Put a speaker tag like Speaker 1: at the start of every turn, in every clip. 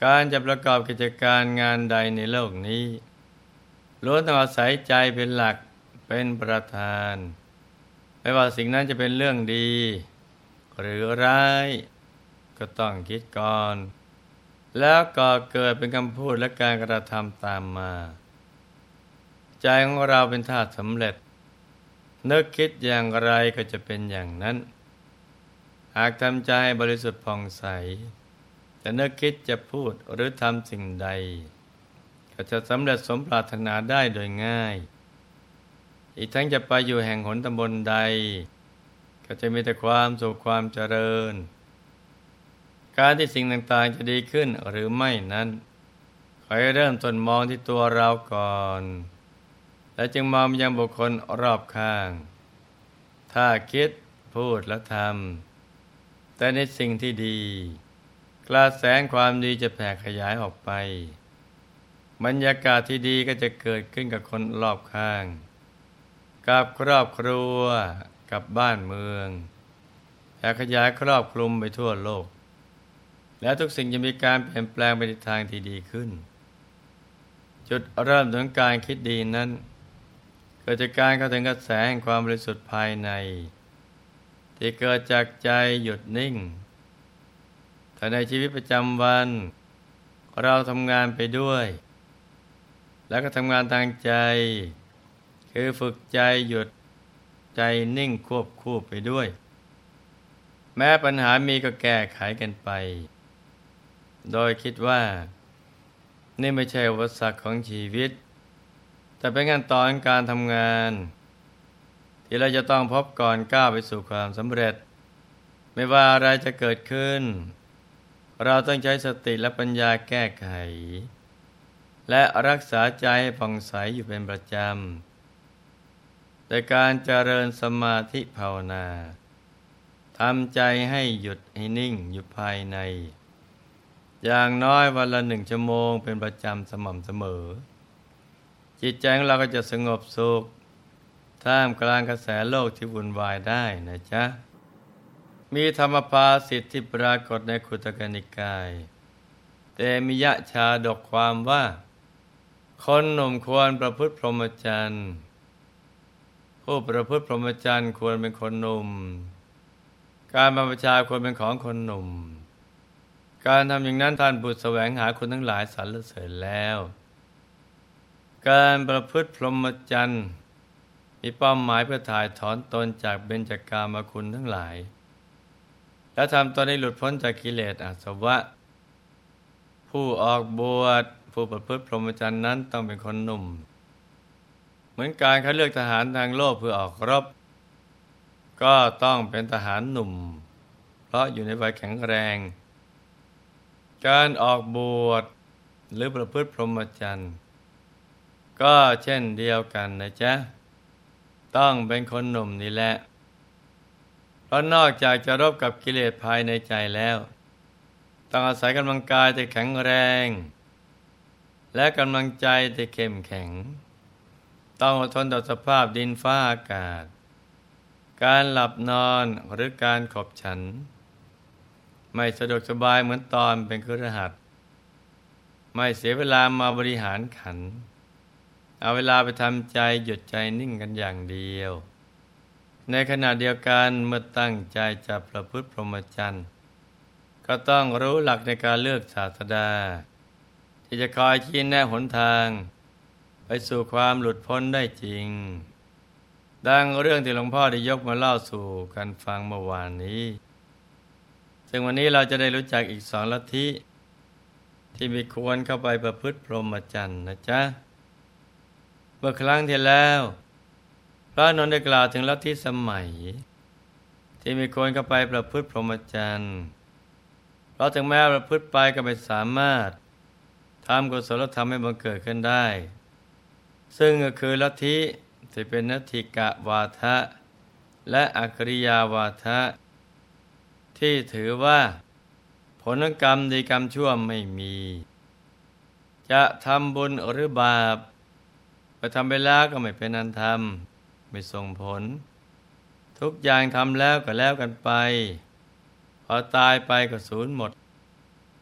Speaker 1: การจะประกอบกิจการงานใดในโลกนี้ล้วนต้องอาศัยใจเป็นหลักเป็นประธานไม่ว่าสิ่งนั้นจะเป็นเรื่องดีหรือร้ายก็ต้องคิดก่อนแล้วก็เกิดเป็นคำพูดและการกระทำตามมาใจของเราเป็นธาตุสำเร็จนึกคิดอย่างไรก็จะเป็นอย่างนั้นหากทำใจบริสุทธิ์ผ่องใสจะนึกคิดจะพูดหรือทำสิ่งใดก็จะสำเร็จสมปรารถนาได้โดยง่ายอีกทั้งจะไปอยู่แห่งหนตำบลใดก็จะมีแต่ความสุขความเจริญการที่สิ่งต่างๆจะดีขึ้นหรือไม่นั้นขอให้เริ่มต้นมองที่ตัวเราก่อนและจึงมองไปยังบุคคลรอบข้างถ้าคิดพูดและทำแต่ในสิ่งที่ดีกระแสความดีจะแผ่ขยายออกไปบรรยากาศที่ดีก็จะเกิดขึ้นกับคนรอบข้างกับครอบครัวกับบ้านเมืองแผ่ขยายครอบคลุมไปทั่วโลกและทุกสิ่งจะมีการเปลี่ยนแปลงไปในทางที่ดีขึ้นจุดเริ่มต้นการคิดดีนั้นเกิดจากการเข้าถึงกระแสแห่งความบริสุทธิ์ภายในที่เกิดจากใจหยุดนิ่งแต่ในชีวิตประจำวันเราทำงานไปด้วยแล้วก็ทำงานทางใจคือฝึกใจหยุดใจนิ่งควบคู่ไปด้วยแม้ปัญหามีก็แก้ไขกันไปโดยคิดว่านี่ไม่ใช่อุปสรรคของชีวิตแต่เป็นขั้นตอนการทำงานที่เราจะต้องพบก่อนก้าวไปสู่ความสำเร็จไม่ว่าอะไรจะเกิดขึ้นเราต้องใช้สติและปัญญาแก้ไขและรักษาใจให้ผ่องใสอยู่เป็นประจำโดยการเจริญสมาธิภาวนาทำใจให้หยุดให้นิ่งอยู่ภายในอย่างน้อยวันละ1 ชั่วโมงเป็นประจำสม่ำเสมอจิตใจของเราก็จะสงบสุขท่ามกลางกระแสโลกที่วุ่นวายได้นะจ๊ะมีธรรมภาษิตที่ปรากฏในขุตกนิกายเตมิยะชาดกความว่าคนหนุ่มควรประพฤติพรหมจรรย์ผู้ประพฤติพรหมจรรย์ควรเป็นคนหนุ่มการบรรพชาควรเป็นของคนหนุ่มการทำอย่างนั้นท่านผู้แสวงหาคุณทั้งหลายสรรเสริญแล้วการประพฤติพรหมจรรย์มีเป้าหมายเพื่อถ่ายถอนตนจากเบญจกามคุณทั้งหลายและทำตนให้หลุดพ้นจากกิเลสอาสวะผู้ออกบวชผู้ประพฤติพรหมจรรย์นั้นต้องเป็นคนหนุ่มเหมือนการคัดเลือกทหารทางโลกเพื่อออกรบก็ต้องเป็นทหารหนุ่มเพราะอยู่ในวัยแข็งแรงการออกบวชหรือประพฤติพรหมจรรย์ก็เช่นเดียวกันนะจ๊ะต้องเป็นคนหนุ่มนี่แหละเพราะนอกจากจะรบกับกิเลสภายในใจแล้วต้องอาศัยกำลังกายที่แข็งแรงและกำลังใจที่เข้มแข็งต้องอดทนต่อสภาพดินฟ้าอากาศการหลับนอนหรือการขบฉันไม่สะดวกสบายเหมือนตอนเป็นคฤหัสถ์ไม่เสียเวลามาบริหารขันธ์เอาเวลาไปทำใจหยุดใจนิ่งกันอย่างเดียวในขณะเดียวกันเมื่อตั้งใจจะประพฤติพรหมจรรย์ก็ต้องรู้หลักในการเลือกศาสดาที่จะคอยชี้แนะหนทางไปสู่ความหลุดพ้นได้จริงดังเรื่องที่หลวงพ่อได้ยกมาเล่าสู่กันฟังเมื่อวานนี้ซึ่งวันนี้เราจะได้รู้จักอีก2 ลัทธิที่มีควรเข้าไปประพฤติพรหมจรรย์นะจ๊ะเมื่อครั้งที่แล้วพระอานนท์ได้กล่าวถึงลัทธิสมัยที่มีควรเข้าไปประพฤติพรหมจรรย์เพราะถึงแม้ประพฤติไปก็ไม่สามารถทำกุศลธรรมให้บังเกิดขึ้นได้ซึ่งก็คือลัทธิที่เป็นนัตถิกะวาทะและอัคริยาวาทะที่ถือว่าผลกรรมดีกรรมชั่วไม่มีจะทำบุญหรือบาปไปทำไปแล้วก็ไม่เป็นอันทำไม่ส่งผลทุกอย่างทำแล้วก็แล้วกันไปพอตายไปก็สูญหมดท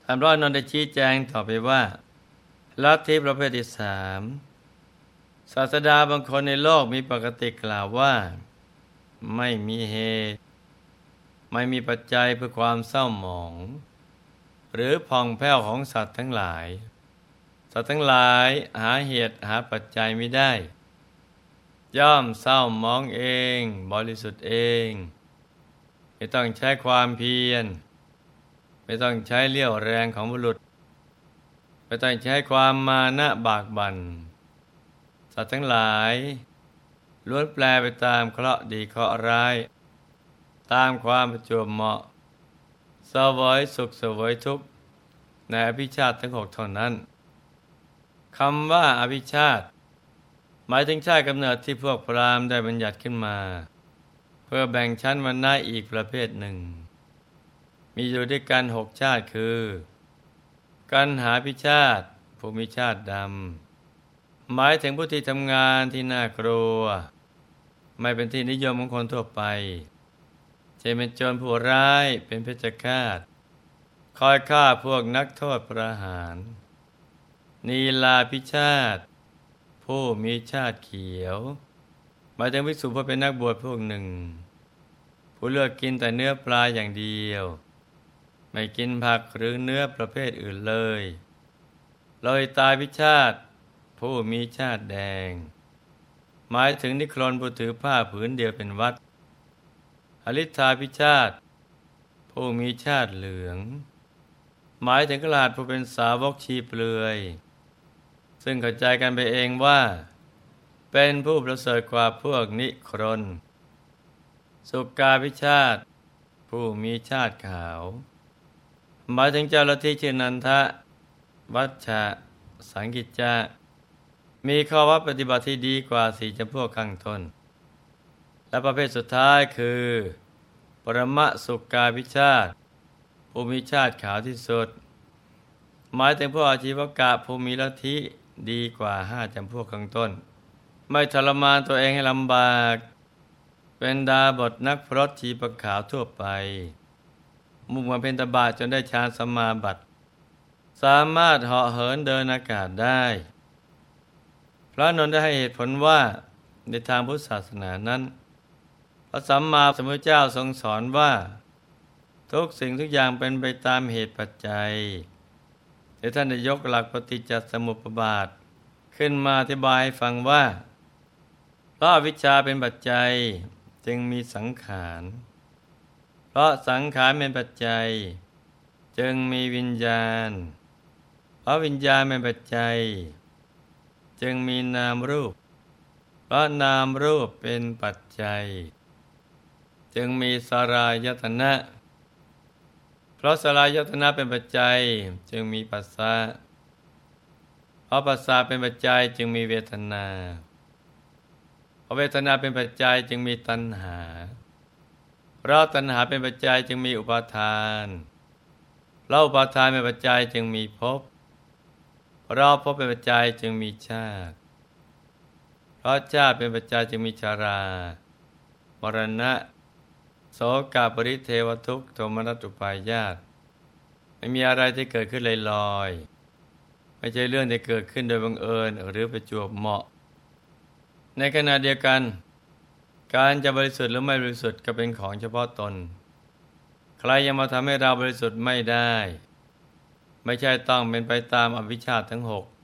Speaker 1: ท่านพระอานนท์ได้ชี้แจงต่อไปว่าลัทธิประเภทที่สามศาสดาบางคนในโลกมีปกติกล่าวว่าไม่มีเหตุไม่มีปัจจัยเพื่อความเศร้าหมองหรือผ่องแผ้วของสัตว์ทั้งหลายสัตว์ทั้งหลายหาเหตุหาปัจจัยไม่ได้ย่อมเศร้าหมองเองบริสุทธิ์เองไม่ต้องใช้ความเพียรไม่ต้องใช้เลี้ยวแรงของบุรุษไม่ต้องใช้ความมานะบากบั่นสัตว์ทั้งหลายล้วนแปรไปตามเคราะห์ดีเคราะห์ร้ายตามความประจวบเหมาะเสวยสุขเสวยทุกข์ในอภิชาติทั้งหกเท่านั้นคำว่าอภิชาติหมายถึงชาติกำเนิดที่พวกพราหมณ์ได้บัญญัติขึ้นมาเพื่อแบ่งชั้นวรรณะอีกประเภทหนึ่งมีอยู่ด้วยกัน6 ชาติคือกันหาภิชาติภูมิชาติดำหมายถึงผู้ที่ทำงานที่น่ากลัวไม่เป็นที่นิยมของคนทั่วไปจะเป็นโจรผู้ร้ายเป็นเพชฌฆาตคอยฆ่าพวกนักโทษประหารนีลาภิชาติผู้มีชาติเขียวหมายถึงภิกษุผู้เป็นนักบวชพวกหนึ่งผู้เลือกกินแต่เนื้อปลาอย่างเดียวไม่กินผักหรือเนื้อประเภทอื่นเลยตายภิชาติผู้มีชาติแดงหมายถึงนิครนผู้ถือผ้าผืนเดียวเป็นวัดอลิทธาภิชาติผู้มีชาติเหลืองหมายถึงกลาดผู้เป็นสาวกชีเปลือยซึ่งเข้าใจกันไปเองว่าเป็นผู้ประเสริฐกว่าพวกนิครนสุกาภิชาติผู้มีชาติขาวหมายถึงเจ้าลัทธิชื่อนันทะวัชชะสังกิจจะมีข้อวัดปฏิบัติที่ดีกว่า4 จำพวกข้างต้นและประเภทสุดท้ายคือปรมสุกาภิชาติผู้มีชาติขาวที่สุดหมายถึงพวกอาชีวกะผู้มีลัทธิดีกว่า5 จำพวกข้างต้นไม่ทรมานตัวเองให้ลำบากเป็นดาบทนักพรตชีปขาวทั่วไปมุ่งมาเป็นตบะจนได้ฌานสมาบัติสามารถเหาะเหินเดินอากาศได้พระนนท์ได้ให้เหตุผลว่าในทางพุทธศาสนานั้นพระสัมมาสัมพุทธเจ้าทรงสอนว่าทุกสิ่งทุกอย่างเป็นไปตามเหตุปัจจัยแต่ท่านได้ยกหลักปฏิจจสมุปบาทขึ้นมาอธิบายให้ฟังว่าเพราะอวิชชาเป็นปัจจัยจึงมีสังขารเพราะสังขารเป็นปัจจัยจึงมีวิญญาณเพราะวิญญาณเป็นปัจจัยจึงมีนามรูปเพราะนามรูปเป็นปัจจัยจึงมีสลายตนะเพราะสลายตนะเป็นปัจจัยจึงมีปัสสะเพราะปัสสะเป็นปัจจัยจึงมีเวทนาเพราะเวทนาเป็นปัจจัยจึงมีตัณหาเพราะตัณหาเป็นปัจจัยจึงมีอุปาทานเพราะอุปาทานเป็นปัจจัยจึงมีภพเพราะภพเป็นปัจจัยจึงมีชาติเพราะชาติเป็นปัจจัยจึงมีชรามรณะโสกปริเทวทุกข์โทมนัสอุปาญาตไม่มีอะไรที่เกิดขึ้นลอยๆไม่ใช่เรื่องที่เกิดขึ้นโดยบังเอิญหรือประจวบเหมาะในขณะเดียวกันการจะบริสุทธิ์หรือไม่บริสุทธิ์ก็เป็นของเฉพาะตนใครยังมาทำให้เราบริสุทธิ์ไม่ได้ไม่ใช่ต้องเป็นไปตามอวิชชาทั้ง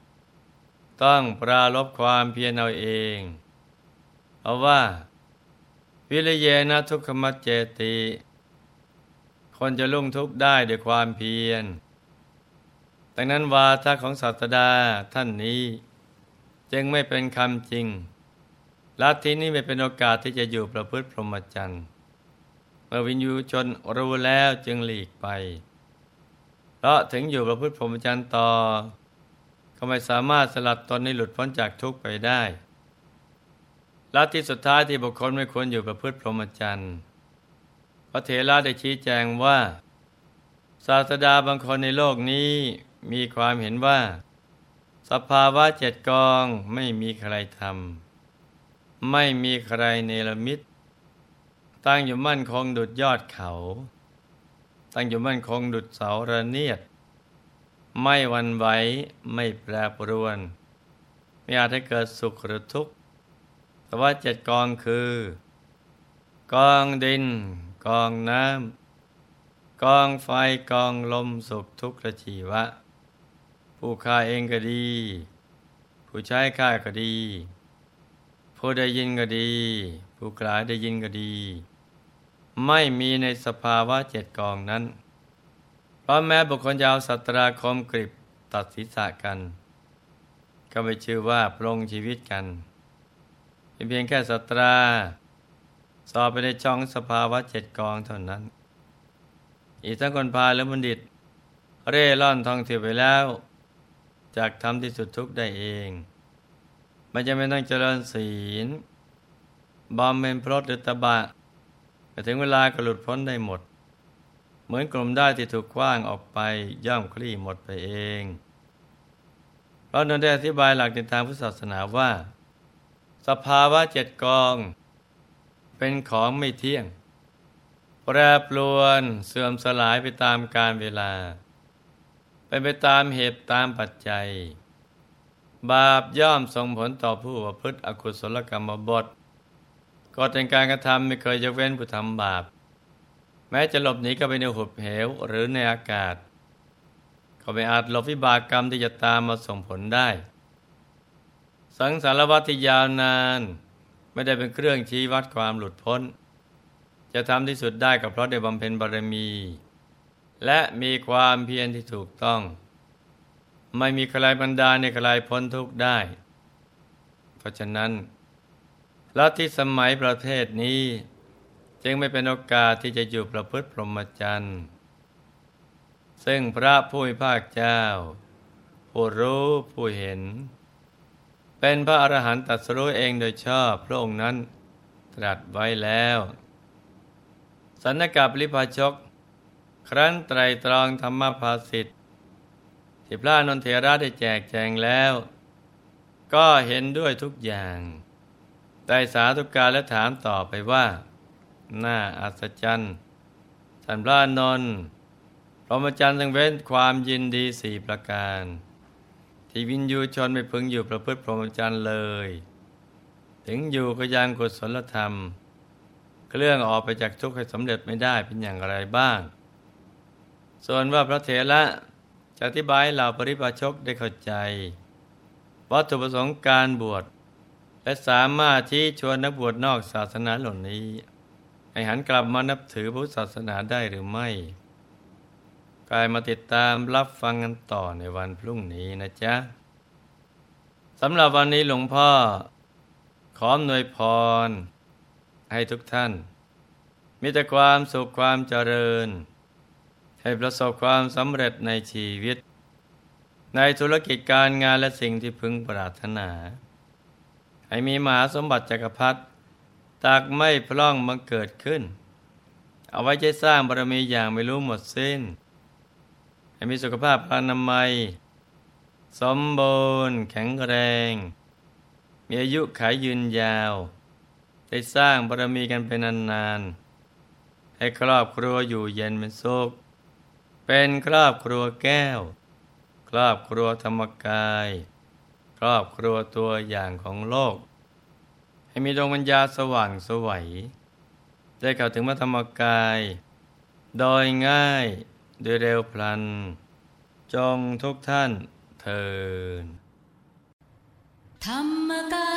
Speaker 1: 6ต้องปรารภความเพียรเอาเองเพราะว่าวิริเยนะทุกขมัจเจติคนจะลุ่งทุกข์ได้ด้วยความเพียรดังนั้นวาทะของศาสดาท่านนี้จึงไม่เป็นคำจริงลัทธินี้ไม่เป็นโอกาสที่จะอยู่ประพฤติพรหมจรรย์เมื่อวินยูชนรู้แล้วจึงหลีกไปเพราะถึงอยู่ประพฤติพรหมจรรย์ต่อก็ไม่สามารถสลัดตนให้หลุดพ้นจากทุกข์ไปได้ลัทธิสุดท้ายที่บุคคลไม่ควรอยู่ประพฤติพรหมจรรย์พระเถระได้ชี้แจงว่าศาสดาบางคนในโลกนี้มีความเห็นว่าสภาวะ7 กองไม่มีใครทำไม่มีใครเนรมิตตั้งอยู่มั่นคงดุจยอดเขาตั้งอยู่มั่นคงดุจเสาระเนียดไม่หวั่นไหวไม่แปรปรวนไม่อาจให้เกิดสุขหรือทุกข์แต่ว่า7 กองคือกองดินกองน้ำกองไฟกองลมสุขทุกข์และชีวะผู้ฆ่าเองก็ดีผู้ใช้ฆ่าก็ดีผู้ได้ยินก็ดีผู้กล่าวได้ยินก็ดีไม่มีในสภาวะ7 กองนั้นเพราะแม้บุคคลจะเอาสัตราคมกริบตัดศีรษะกันก็ไม่ชื่อว่าปลงชีวิตกันเป็นเพียงแค่สัตราสอบไปในช่องสภาวะ7 กองเท่านั้นอีกทั้งคนพาลและบัณฑิตเร่ร่อนท่องเที่ยวไปแล้วจากทำที่สุดทุกข์ได้เองไม่จำเป็นต้องเจริญศีลบำเพ็ญพรตหรือตบะแต่ถึงเวลาก็หลุดพ้นได้หมดเหมือนกลุ่มได้ที่ถูกขว้างออกไปย่อมคลี่หมดไปเองเพราะนั้นได้อธิบายหลักในทางพุทธศาสนาว่าสภาวะ7 กองเป็นของไม่เที่ยงแปรปรวนเสื่อมสลายไปตามกาลเวลาเป็นไปตามเหตุตามปัจจัยบาปย่อมส่งผลต่อผู้ประพฤติอกุศลกรรมบทกฎแห่งการกระทำไม่เคยยกเว้นผู้ทำบาปแม้จะหลบหนีก็ไปในหุบเหวหรือในอากาศก็ไม่อาจหลบวิบากกรรมที่จะตามมาส่งผลได้สังสารวัฏที่ยาวนานไม่ได้เป็นเครื่องชี้วัดความหลุดพ้นจะทำที่สุดได้ก็เพราะได้บำเพ็ญบารมีและมีความเพียรที่ถูกต้องไม่มีใครบันดาลในใครพ้นทุกข์ได้เพราะฉะนั้นลัทธิสมัยประเทศนี้จึงไม่เป็นโอกาสที่จะอยู่ประพฤติพรหมจรรย์ซึ่งพระผู้มีพระเจ้าผู้รู้ผู้เห็นเป็นพระอรหันต์ตรัสรู้เองโดยชอบพระองค์นั้นตรัสไว้แล้วสันนกปริภาชกครั้นไตรตรองธรรมภาสิทธิ์ที่พระอานนทเถระได้แจกแจงแล้วก็เห็นด้วยทุกอย่างได้สาธุการและถามต่อไปว่าน่าอัศจรรย์ท่านพระอานนท์พรหมจรรย์จึงเว้นความยินดี4 ประการที่วินยูชนไม่พึงอยู่ประพฤติพรหมจรรย์เลยถึงอยู่ก็ยังกุศลธรรมเครื่องออกไปจากทุกข์ให้สำเร็จไม่ได้เป็นอย่างไรบ้างส่วนว่าพระเถระจะอธิบายให้เหล่าปริพาชกได้เข้าใจวัตถุประสงค์การบวชและสามารถชี้ชวนนักบวชนอกศาสนาเหล่านี้ให้หันกลับมานับถือพุทธศาสนาได้หรือไม่กายมาติดตามรับฟังกันต่อในวันพรุ่งนี้นะจ๊ะสำหรับวันนี้หลวงพ่อขออำนวยพรให้ทุกท่านมีแต่ความสุขความเจริญให้ประสบความสำเร็จในชีวิตในธุรกิจการงานและสิ่งที่พึงปรารถนาให้มีมหาสมบัติจักรพรรดิตักไม่พร่องบังเกิดขึ้นเอาไว้ใช้สร้างบารมีอย่างไม่รู้หมดสิ้นให้มีสุขภาพอนามัยสมบูรณ์แข็งแรงมีอายุขัยยืนยาวได้สร้างบารมีกันเป็นนานๆให้ครอบครัวอยู่เย็นเป็นสุขเป็นครอบครัวแก้วครอบครัวธรรมกายครอบครัวตัวอย่างของโลกให้มีดวงปัญญาสว่างไสวได้เข้าถึงพระธรรมกายโดยง่ายโดยเร็วพลันจงทุกท่านเทอญ
Speaker 2: ธรรมกา